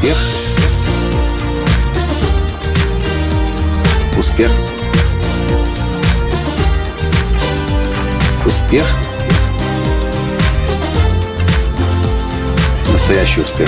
Успех. Успех. Успех. Настоящий успех.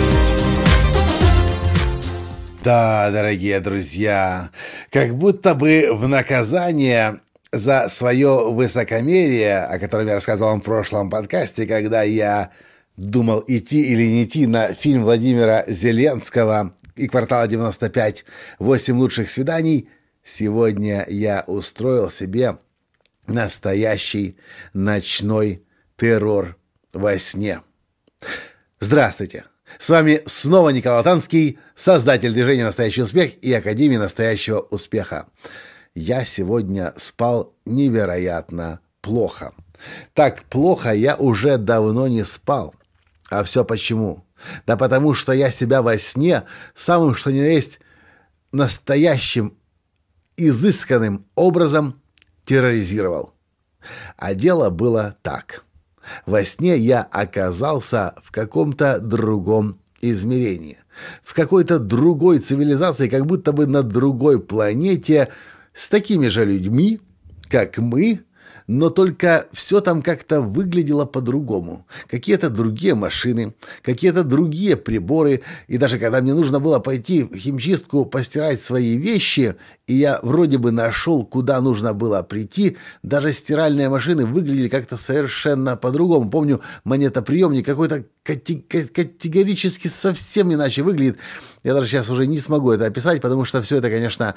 Да, дорогие друзья, как будто бы в наказание за свое высокомерие, о котором я рассказывал вам в прошлом подкасте, когда я думал, идти или не идти на фильм Владимира Зеленского и «Квартала 95. 8 лучших свиданий», сегодня я устроил себе настоящий ночной террор во сне. Здравствуйте! С вами снова Николай Танский, создатель движения «Настоящий успех» и Академии настоящего успеха. Я сегодня спал невероятно плохо. Так плохо я уже давно не спал. А все почему? Да потому что я себя во сне самым что ни на есть настоящим, изысканным образом терроризировал. А дело было так. Во сне я оказался в каком-то другом измерении, в какой-то другой цивилизации, как будто бы на другой планете, с такими же людьми, как мы, но только все там как-то выглядело по-другому. Какие-то другие машины, какие-то другие приборы. И даже когда мне нужно было пойти в химчистку постирать свои вещи, и я вроде бы нашел, куда нужно было прийти, даже стиральные машины выглядели как-то совершенно по-другому. Помню, монетоприемник какой-то категорически совсем иначе выглядит. Я даже сейчас уже не смогу это описать, потому что все это, конечно,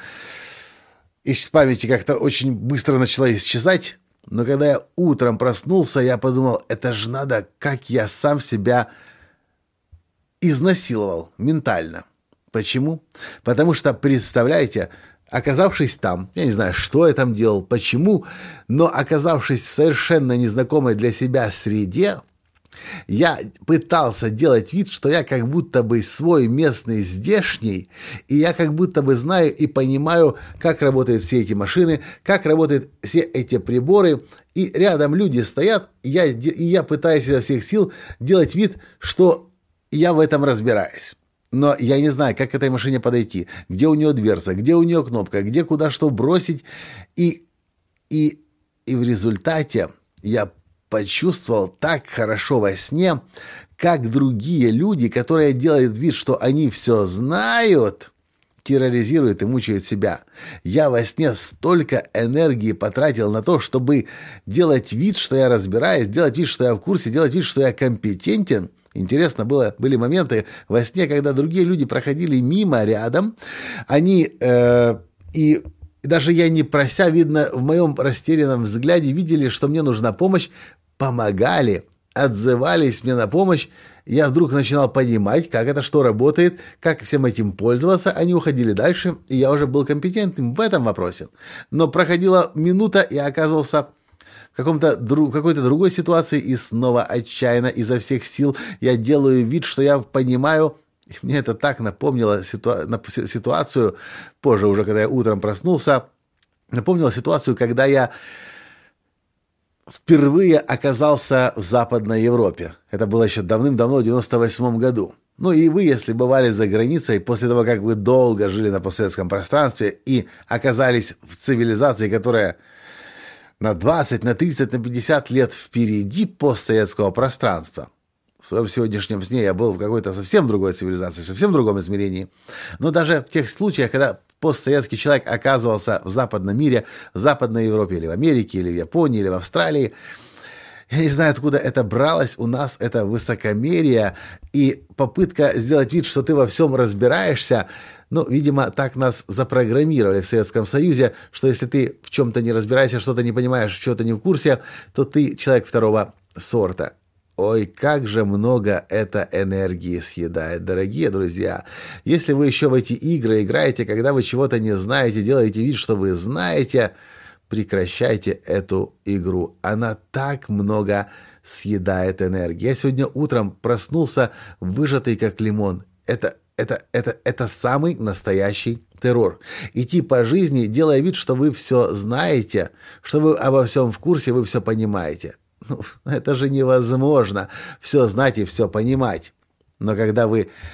из памяти как-то очень быстро начало исчезать. Но когда я утром проснулся, я подумал, это же надо, как я сам себя изнасиловал ментально. Почему? Потому что, представляете, оказавшись там, я не знаю, что я там делал, почему, но оказавшись в совершенно незнакомой для себя среде, я пытался делать вид, что я как будто бы свой местный здешний, и я как будто бы знаю и понимаю, как работают все эти машины, как работают все эти приборы, и рядом люди стоят, и я пытаюсь изо всех сил делать вид, что я в этом разбираюсь. Но я не знаю, как к этой машине подойти, где у нее дверца, где у нее кнопка, где куда что бросить, и в результате я почувствовал так хорошо во сне, как другие люди, которые делают вид, что они все знают, терроризируют и мучают себя. Я во сне столько энергии потратил на то, чтобы делать вид, что я разбираюсь, делать вид, что я в курсе, делать вид, что я компетентен. Интересно были моменты во сне, когда другие люди проходили мимо, рядом, они и даже я не прося, видно, в моем растерянном взгляде видели, что мне нужна помощь, помогали, отзывались мне на помощь. Я вдруг начинал понимать, как это, что работает, как всем этим пользоваться. Они уходили дальше, и я уже был компетентным в этом вопросе. Но проходила минута, и оказывался в какой-то другой ситуации, и снова отчаянно, изо всех сил я делаю вид, что я понимаю. И мне это так напомнило ситуацию, позже уже, когда я утром проснулся, напомнило ситуацию, когда я впервые оказался в Западной Европе. Это было еще давным-давно, в 98 году. Ну и вы, если бывали за границей, после того, как вы долго жили на постсоветском пространстве и оказались в цивилизации, которая на 20, на 30, на 50 лет впереди постсоветского пространства, в своем сегодняшнем сне я был в какой-то совсем другой цивилизации, совсем другом измерении. Но даже в тех случаях, когда постсоветский человек оказывался в западном мире, в Западной Европе, или в Америке, или в Японии, или в Австралии, я не знаю, откуда это бралось у нас, это высокомерие и попытка сделать вид, что ты во всем разбираешься. Ну, видимо, так нас запрограммировали в Советском Союзе, что если ты в чем-то не разбираешься, что-то не понимаешь, что-то не в курсе, то ты человек второго сорта. Ой, как же много это энергии съедает, дорогие друзья. Если вы еще в эти игры играете, когда вы чего-то не знаете, делаете вид, что вы знаете, прекращайте эту игру. Она так много съедает энергии. Я сегодня утром проснулся выжатый как лимон. Это самый настоящий террор. Идти по жизни, делая вид, что вы все знаете, что вы обо всем в курсе, вы все понимаете. Ну, это же невозможно все знать и все понимать. Но когда вы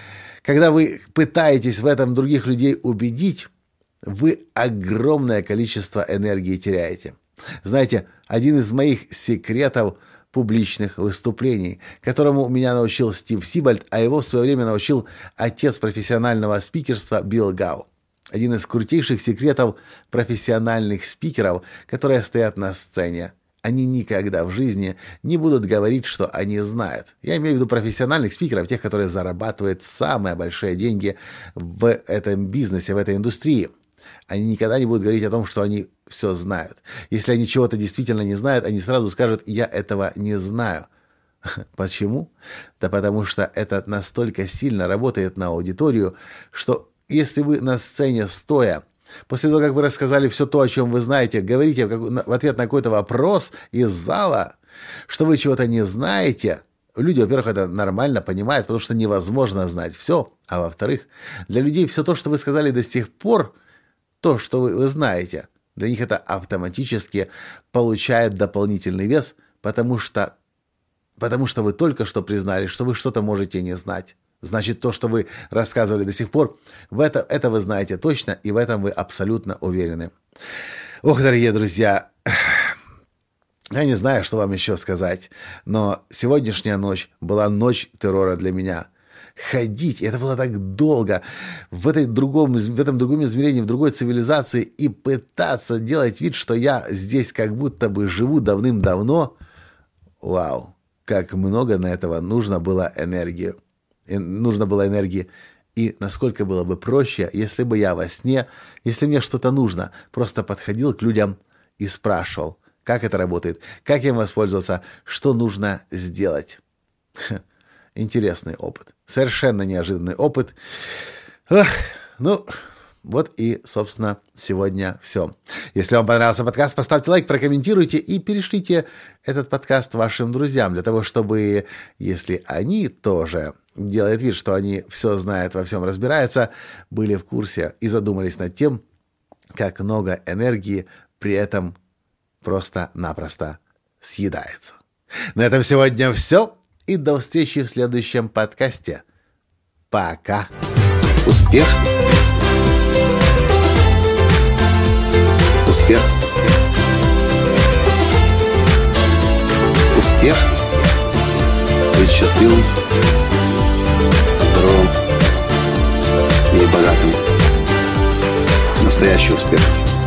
Когда вы пытаетесь в этом других людей убедить, вы огромное количество энергии теряете. Знаете, один из моих секретов публичных выступлений, которому меня научил Стив Сибальд, а его в свое время научил отец профессионального спикерства Билл Гау. Один из крутейших секретов профессиональных спикеров, которые стоят на сцене. Они никогда в жизни не будут говорить, что они знают. Я имею в виду профессиональных спикеров, тех, которые зарабатывают самые большие деньги в этом бизнесе, в этой индустрии. Они никогда не будут говорить о том, что они все знают. Если они чего-то действительно не знают, они сразу скажут: «Я этого не знаю». Почему? Да потому что это настолько сильно работает на аудиторию, что если вы на сцене стоя, после того, как вы рассказали все то, о чем вы знаете, говорите в ответ на какой-то вопрос из зала, что вы чего-то не знаете, люди, во-первых, это нормально понимают, потому что невозможно знать все. А во-вторых, для людей все то, что вы сказали до сих пор, то, что вы знаете, для них это автоматически получает дополнительный вес, потому что вы только что признали, что вы что-то можете не знать. Значит, то, что вы рассказывали до сих пор, это вы знаете точно, и в этом вы абсолютно уверены. Ох, дорогие друзья, я не знаю, что вам еще сказать, но сегодняшняя ночь была ночь террора для меня. Ходить, это было так долго, в этом другом измерении, в другой цивилизации, и пытаться делать вид, что я здесь как будто бы живу давным-давно. Вау, как много на этого нужно было энергии. И насколько было бы проще, если бы я во сне, если мне что-то нужно, просто подходил к людям и спрашивал, как это работает, как им воспользоваться, что нужно сделать. Интересный опыт. Совершенно неожиданный опыт. Вот и, собственно, сегодня все. Если вам понравился подкаст, поставьте лайк, прокомментируйте и перешлите этот подкаст вашим друзьям, для того, чтобы, если они тоже делают вид, что они все знают, во всем разбираются, были в курсе и задумались над тем, как много энергии при этом просто-напросто съедается. На этом сегодня все. И до встречи в следующем подкасте. Пока. Успех. Успех. Успех. Быть счастливым, здоровым и богатым. Настоящий успех.